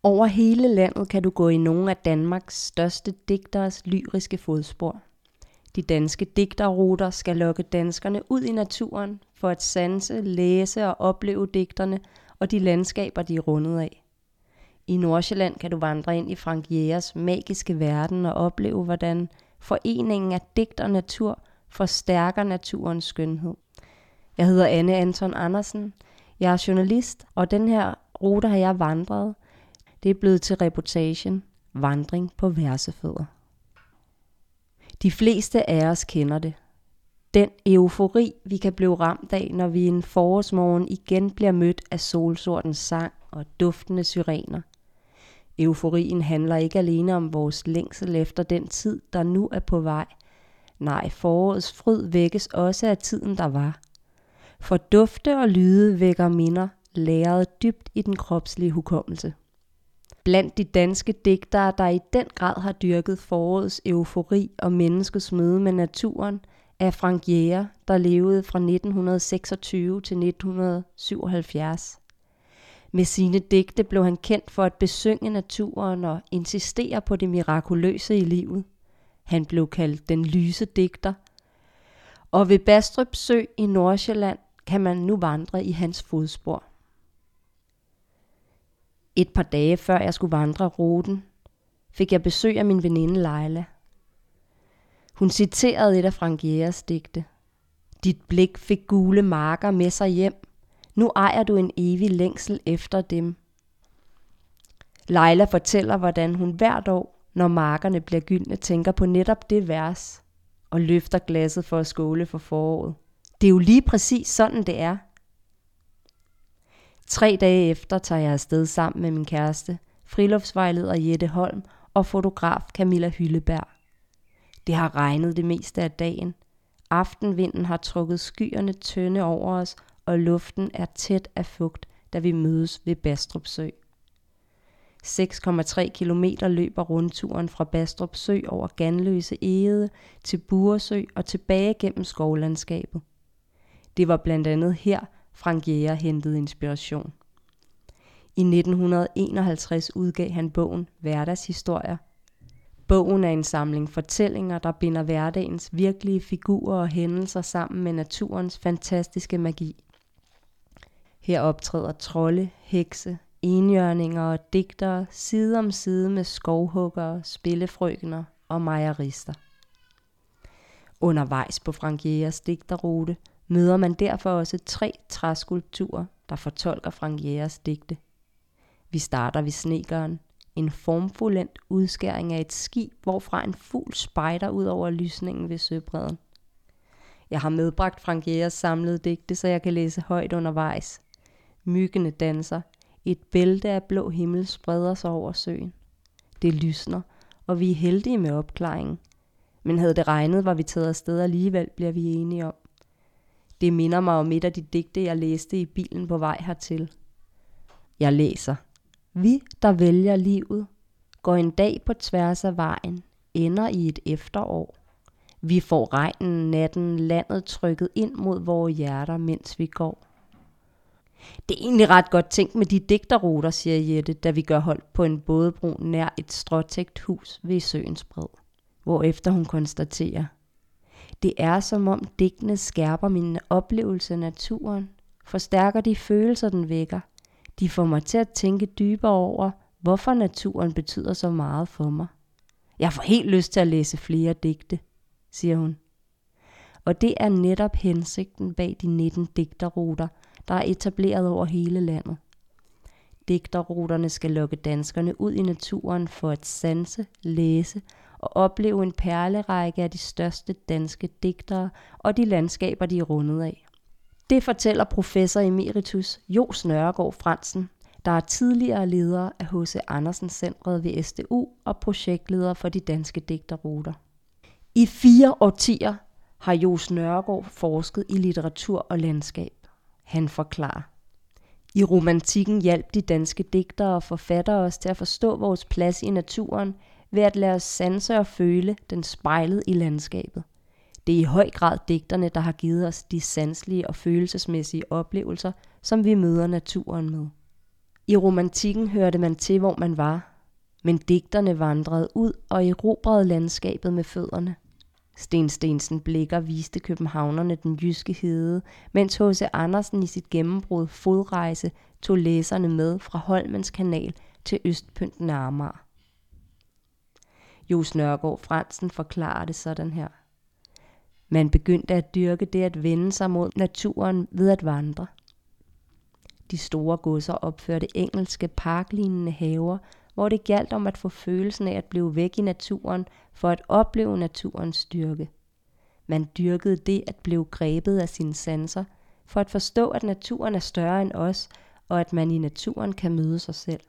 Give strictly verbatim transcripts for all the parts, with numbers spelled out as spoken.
Over hele landet kan du gå i nogle af Danmarks største digteres lyriske fodspor. De danske digterruter skal lokke danskerne ud i naturen for at sanse, læse og opleve digterne og de landskaber, de er rundet af. I Nordsjælland kan du vandre ind i Frank Jægers magiske verden og opleve, hvordan foreningen af digt og natur forstærker naturens skønhed. Jeg hedder Anne Anton Andersen. Jeg er journalist, og den her rute har jeg vandret. Det er blevet til reportagen Vandring på versefødder. De fleste af os kender det. Den eufori, vi kan blive ramt af, når vi en forårsmorgen igen bliver mødt af solsortens sang og duftende syrener. Euforien handler ikke alene om vores længsel efter den tid, der nu er på vej. Nej, forårets fryd vækkes også af tiden, der var. For dufte og lyde vækker minder, lagret dybt i den kropslige hukommelse. Blandt de danske digtere, der i den grad har dyrket forårets eufori og menneskets møde med naturen, er Frank Jæger, der levede fra nitten seksogtyve til nitten syvoghalvfjerds. Med sine digte blev han kendt for at besynge naturen og insistere på det mirakuløse i livet. Han blev kaldt den lyse digter. Og ved Bastrup Sø i Nordsjælland kan man nu vandre i hans fodspor. Et par dage før jeg skulle vandre ruten, fik jeg besøg af min veninde Leila. Hun citerede et af Frank Jægers digte. Dit blik fik gule marker med sig hjem. Nu ejer du en evig længsel efter dem. Leila fortæller, hvordan hun hvert år, når markerne bliver gyldne, tænker på netop det vers og løfter glasset for at skåle for foråret. Det er jo lige præcis sådan, det er. Tre dage efter tager jeg afsted sammen med min kæreste, friluftsvejleder Jette Holm og fotograf Camilla Hylleberg. Det har regnet det meste af dagen. Aftenvinden har trukket skyerne tynde over os, og luften er tæt af fugt, da vi mødes ved Bastrup Sø. seks komma tre kilometer løber rundturen fra Bastrup Sø over Ganløse Egede til Buresø og tilbage gennem skovlandskabet. Det var blandt andet her, Frank Jæger hentede inspiration. I nitten enoghalvtreds udgav han bogen Hverdagshistorier. Bogen er en samling fortællinger, der binder hverdagens virkelige figurer og hændelser sammen med naturens fantastiske magi. Her optræder trolde, hekse, enhjørninger og digtere side om side med skovhuggere, spillefrøkener og mejerister. Undervejs på Frank Jægers digterrute møder man derfor også tre træskulpturer, der fortolker Frank Jægers digte. Vi starter ved Snedkeren, en formfuldendt udskæring af et skib, hvorfra en fugl spejder ud over lysningen ved søbredden. Jeg har medbragt Frank Jægers samlede digte, så jeg kan læse højt undervejs. Myggene danser, et bælte af blå himmel spreder sig over søen. Det lysner, og vi er heldige med opklaringen. Men havde det regnet, var vi taget afsted alligevel, bliver vi enige om. Det minder mig om et af de digte, jeg læste i bilen på vej hertil. Jeg læser. Vi, der vælger livet, går en dag på tværs af vejen, ender i et efterår. Vi får regnen, natten, landet trykket ind mod vores hjerter, mens vi går. Det er egentlig ret godt tænkt med de digterruter, siger Jette, da vi gør hold på en bådebro nær et stråtækt hus ved søens bred. Hvorefter hun konstaterer, det er som om digtene skærper min oplevelse af naturen, forstærker de følelser, den vækker. De får mig til at tænke dybere over, hvorfor naturen betyder så meget for mig. Jeg får helt lyst til at læse flere digte, siger hun. Og det er netop hensigten bag de nitten digterruter, der er etableret over hele landet. Digterruterne skal lokke danskerne ud i naturen for at sanse, læse og opleve en perlerække af de største danske digtere og de landskaber, de er rundet af. Det fortæller professor emeritus Johs Nørregård Frandsen, der er tidligere leder af H C Andersen Centret ved S D U og projektleder for de danske digterruter. I fire årtier har Johs Nørregård forsket i litteratur og landskab. Han forklarer. I romantikken hjalp de danske digtere og forfattere os til at forstå vores plads i naturen ved at lade os sanse og føle den spejlet i landskabet. Det er i høj grad digterne, der har givet os de sanselige og følelsesmæssige oplevelser, som vi møder naturen med. I romantikken hørte man til, hvor man var, men digterne vandrede ud og erobrede landskabet med fødderne. Sten Steensen Blicher viste københavnerne den jyske hede, mens H C Andersen i sit gennembrud Fodrejse tog læserne med fra Holmens Kanal til Østpynten af Amager. Johs Nørgaard Frandsen forklarer det sådan her. Man begyndte at dyrke det at vende sig mod naturen ved at vandre. De store godser opførte engelske parklignende haver, hvor det gjaldt om at få følelsen af at blive væk i naturen for at opleve naturens styrke. Man dyrkede det at blive grebet af sine sanser, for at forstå, at naturen er større end os, og at man i naturen kan møde sig selv.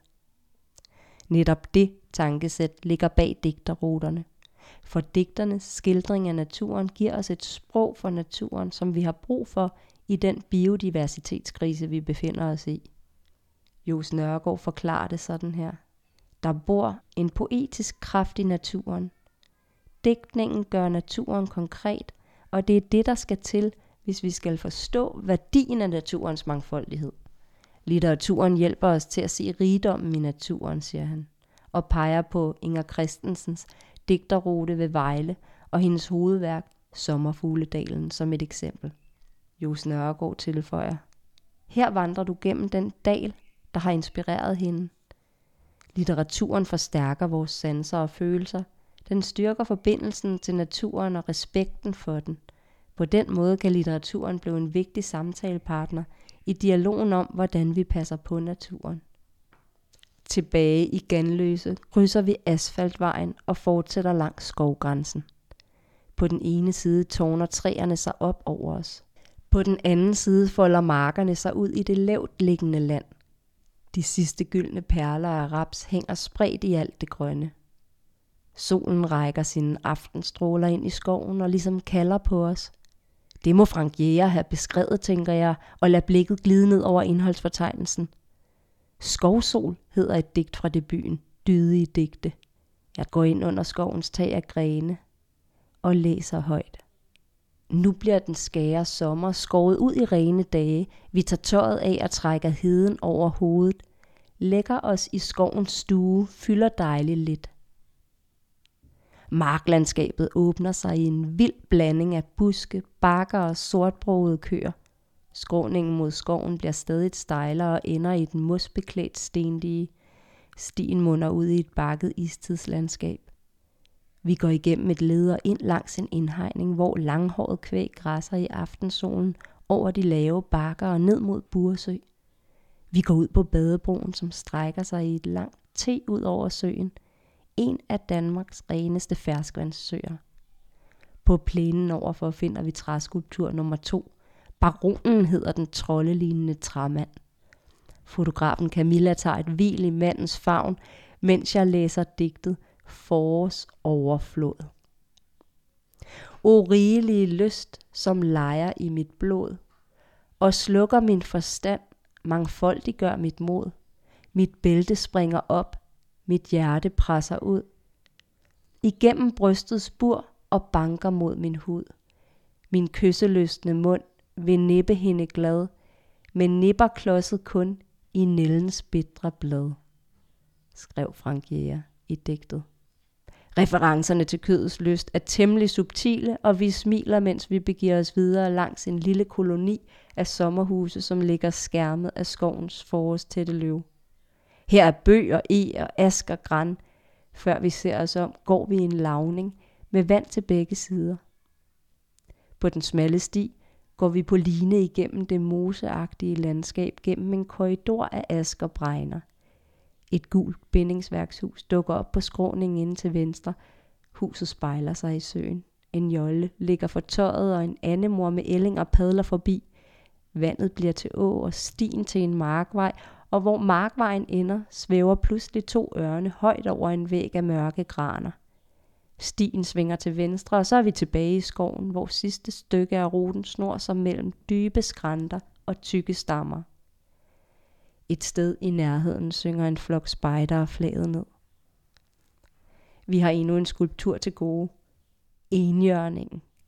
Netop det tankesæt ligger bag digterruterne. For digternes skildring af naturen giver os et sprog for naturen, som vi har brug for i den biodiversitetskrise, vi befinder os i. Johs Nørgaard forklarer det sådan her. Der bor en poetisk kraft i naturen. Digtningen gør naturen konkret, og det er det, der skal til, hvis vi skal forstå værdien af naturens mangfoldighed. Litteraturen hjælper os til at se rigdommen i naturen, siger han, og peger på Inger Christensens digterrute ved Vejle og hendes hovedværk Sommerfugledalen som et eksempel. Johs Nørgaard tilføjer. Her vandrer du gennem den dal, der har inspireret hende. Litteraturen forstærker vores sanser og følelser. Den styrker forbindelsen til naturen og respekten for den. På den måde kan litteraturen blive en vigtig samtalepartner i dialogen om, hvordan vi passer på naturen. Tilbage i Ganløse krydser vi asfaltvejen og fortsætter langs skovgrænsen. På den ene side tårner træerne sig op over os. På den anden side folder markerne sig ud i det lavt liggende land. De sidste gyldne perler af raps hænger spredt i alt det grønne. Solen rækker sine aftenstråler ind i skoven og ligesom kalder på os. Det må Frank Jæger have beskrevet, tænker jeg, og lad blikket glide ned over indholdsfortegnelsen. Skovsol hedder et digt fra debuten, Dydige digte. Jeg går ind under skovens tag af grene og læser højt. Nu bliver den skære sommer skåret ud i rene dage. Vi tager tøjet af og trækker heden over hovedet. Lægger os i skovens stue, fylder dejligt lidt. Marklandskabet åbner sig i en vild blanding af buske, bakker og sortbrogede køer. Skråningen mod skoven bliver stadig stejlere og ender i et mosbeklædt stendige. Stien munder ud i et bakket istidslandskab. Vi går igennem et led og ind langs en indhegning, hvor langhåret kvæg græsser i aftensolen over de lave bakker og ned mod Buresø. Vi går ud på badebroen, som strækker sig i et langt T ud over søen. En af Danmarks reneste ferskvandssøer. På plænen overfor finder vi træskulptur nummer to. Baronen hedder den troldelignende træmand. Fotografen Camilla tager et hvil i mandens favn, mens jeg læser digtet Forårs overflod. O rigelige lyst, som leger i mit blod, og slukker min forstand, mangfoldiggør mit mod. Mit bælte springer op, mit hjerte presser ud. Igennem brystets bur og banker mod min hud. Min kysselystne mund vil nippe hende glad, men nipper klodset kun i nældens bitre blad, skrev Frank Jæger i digtet. Referencerne til kødets lyst er temmelig subtile, og vi smiler, mens vi begiver os videre langs en lille koloni af sommerhuse, som ligger skærmet af skovens forårstætte løv. Her er bøg og eg og ask og gran. Før vi ser os om, går vi i en lavning med vand til begge sider. På den smalle sti går vi på line igennem det moseagtige landskab gennem en korridor af ask og bregner. Et gult bindingsværkshus dukker op på skråningen inde til venstre. Huset spejler sig i søen. En jolle ligger for tøjet, og en andemor med ællinger padler forbi. Vandet bliver til å og stien til en markvej, og hvor markvejen ender, svæver pludselig to ørne højt over en væg af mørke graner. Stien svinger til venstre, og så er vi tilbage i skoven, hvor sidste stykke af ruten snor sig mellem dybe skrænter og tykke stammer. Et sted i nærheden synger en flok spejdere flaget ned. Vi har endnu en skulptur til gode. Enhjørningen.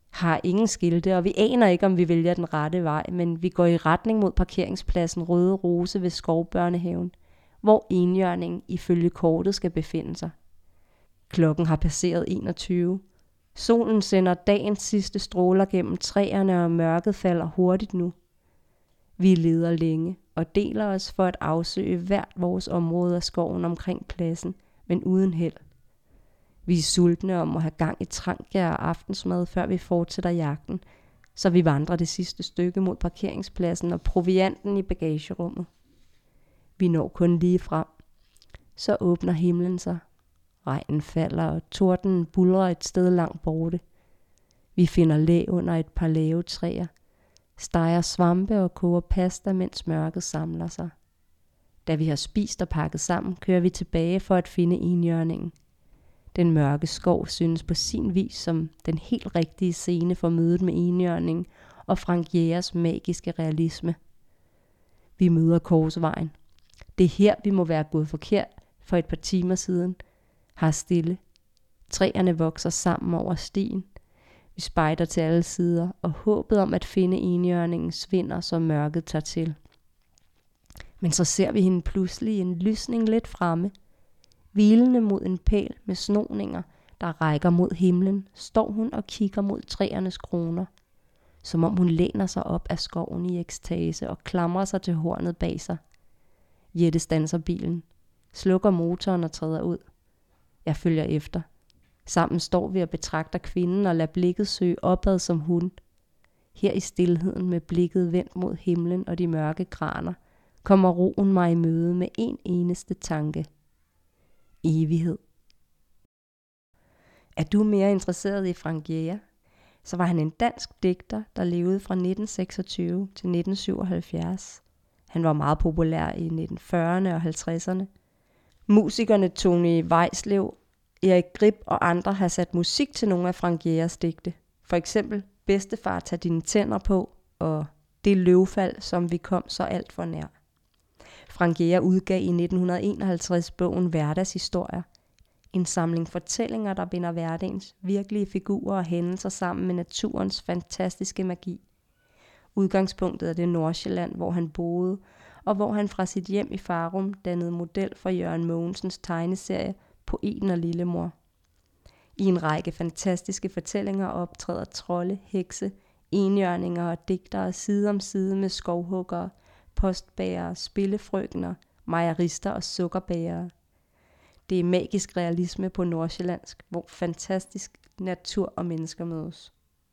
har ingen skilte, og vi aner ikke, om vi vælger den rette vej, men vi går i retning mod parkeringspladsen Røde Rose ved Skovbørnehaven, hvor enhjørningen ifølge kortet skal befinde sig. Klokken har passeret enogtyve. Solen sender dagens sidste stråler gennem træerne, og mørket falder hurtigt nu. Vi leder længe og deler os for at afsøge hvert vores område af skoven omkring pladsen, men uden held. Vi er sultne og må have gang i trangia og aftensmad, før vi fortsætter jagten, så vi vandrer det sidste stykke mod parkeringspladsen og provianten i bagagerummet. Vi når kun lige frem. Så åbner himlen sig. Regnen falder, og tordenen buldrer et sted langt borte. Vi finder læ under et par lave træer, steger svampe og koger pasta, mens mørket samler sig. Da vi har spist og pakket sammen, kører vi tilbage for at finde enhjørningen. Den mørke skov synes på sin vis som den helt rigtige scene for mødet med enhjørningen og Frank Jægers magiske realisme. Vi møder Korsvejen. Det er her, vi må være gået forkert for et par timer siden. Har stille. Træerne vokser sammen over stien. Vi spejder til alle sider, og håbet om at finde enhjørningen svinder, så mørket tager til. Men så ser vi hende pludselig i en lysning lidt fremme. Hvilende mod en pæl med snoninger, der rækker mod himlen, står hun og kigger mod træernes kroner, som om hun læner sig op af skoven i ekstase og klamrer sig til hornet bag sig. Jette standser bilen, slukker motoren og træder ud. Jeg følger efter. Sammen står vi og betragter kvinden og lader blikket søge opad som hun. Her i stilheden med blikket vendt mod himlen og de mørke graner, kommer roen mig i møde med en eneste tanke. Evighed. Er du mere interesseret i Frank Jæger? Så var han en dansk digter, der levede fra nitten seksogtyve til nitten syvoghalvfjerds. Han var meget populær i nitten fyrrerne og halvtredserne. Musikerne Tony Weislev, Erik Grip og andre har sat musik til nogle af Frank Jægers digte. For eksempel Bedstefar, tag dine tænder på og Det løvfald, som vi kom så alt for nær. Frank Jæger udgav i nitten enoghalvtreds bogen Hverdagshistorier. En samling fortællinger, der binder hverdagens virkelige figurer og hændelser sammen med naturens fantastiske magi. Udgangspunktet er det Nordsjælland, hvor han boede, og hvor han fra sit hjem i Farum dannede model for Jørgen Mogensens tegneserie Poeten og Lillemor. I en række fantastiske fortællinger optræder trolde, hekse, enhjørninger og digtere side om side med skovhuggere, postbærere, spillefrøkner, mejerister og sukkerbærere. Det er magisk realisme på nordsjællandsk, hvor fantastisk natur og mennesker mødes.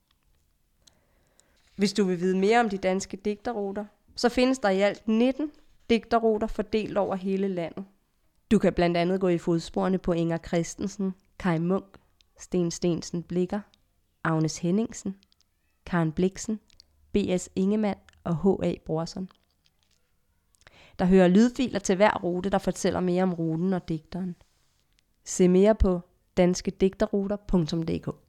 Hvis du vil vide mere om de danske digterruter, så findes der i alt nitten digterruter fordelt over hele landet. Du kan blandt andet gå i fodsporene på Inger Christensen, Kai Munk, Sten Stensen Blicher, Agnes Henningsen, Karen Blixen, B S Ingemann og H A Brorson. Der hører lydfiler til hver rute, der fortæller mere om ruten og digteren. Se mere på danskedigterruter punktum d k.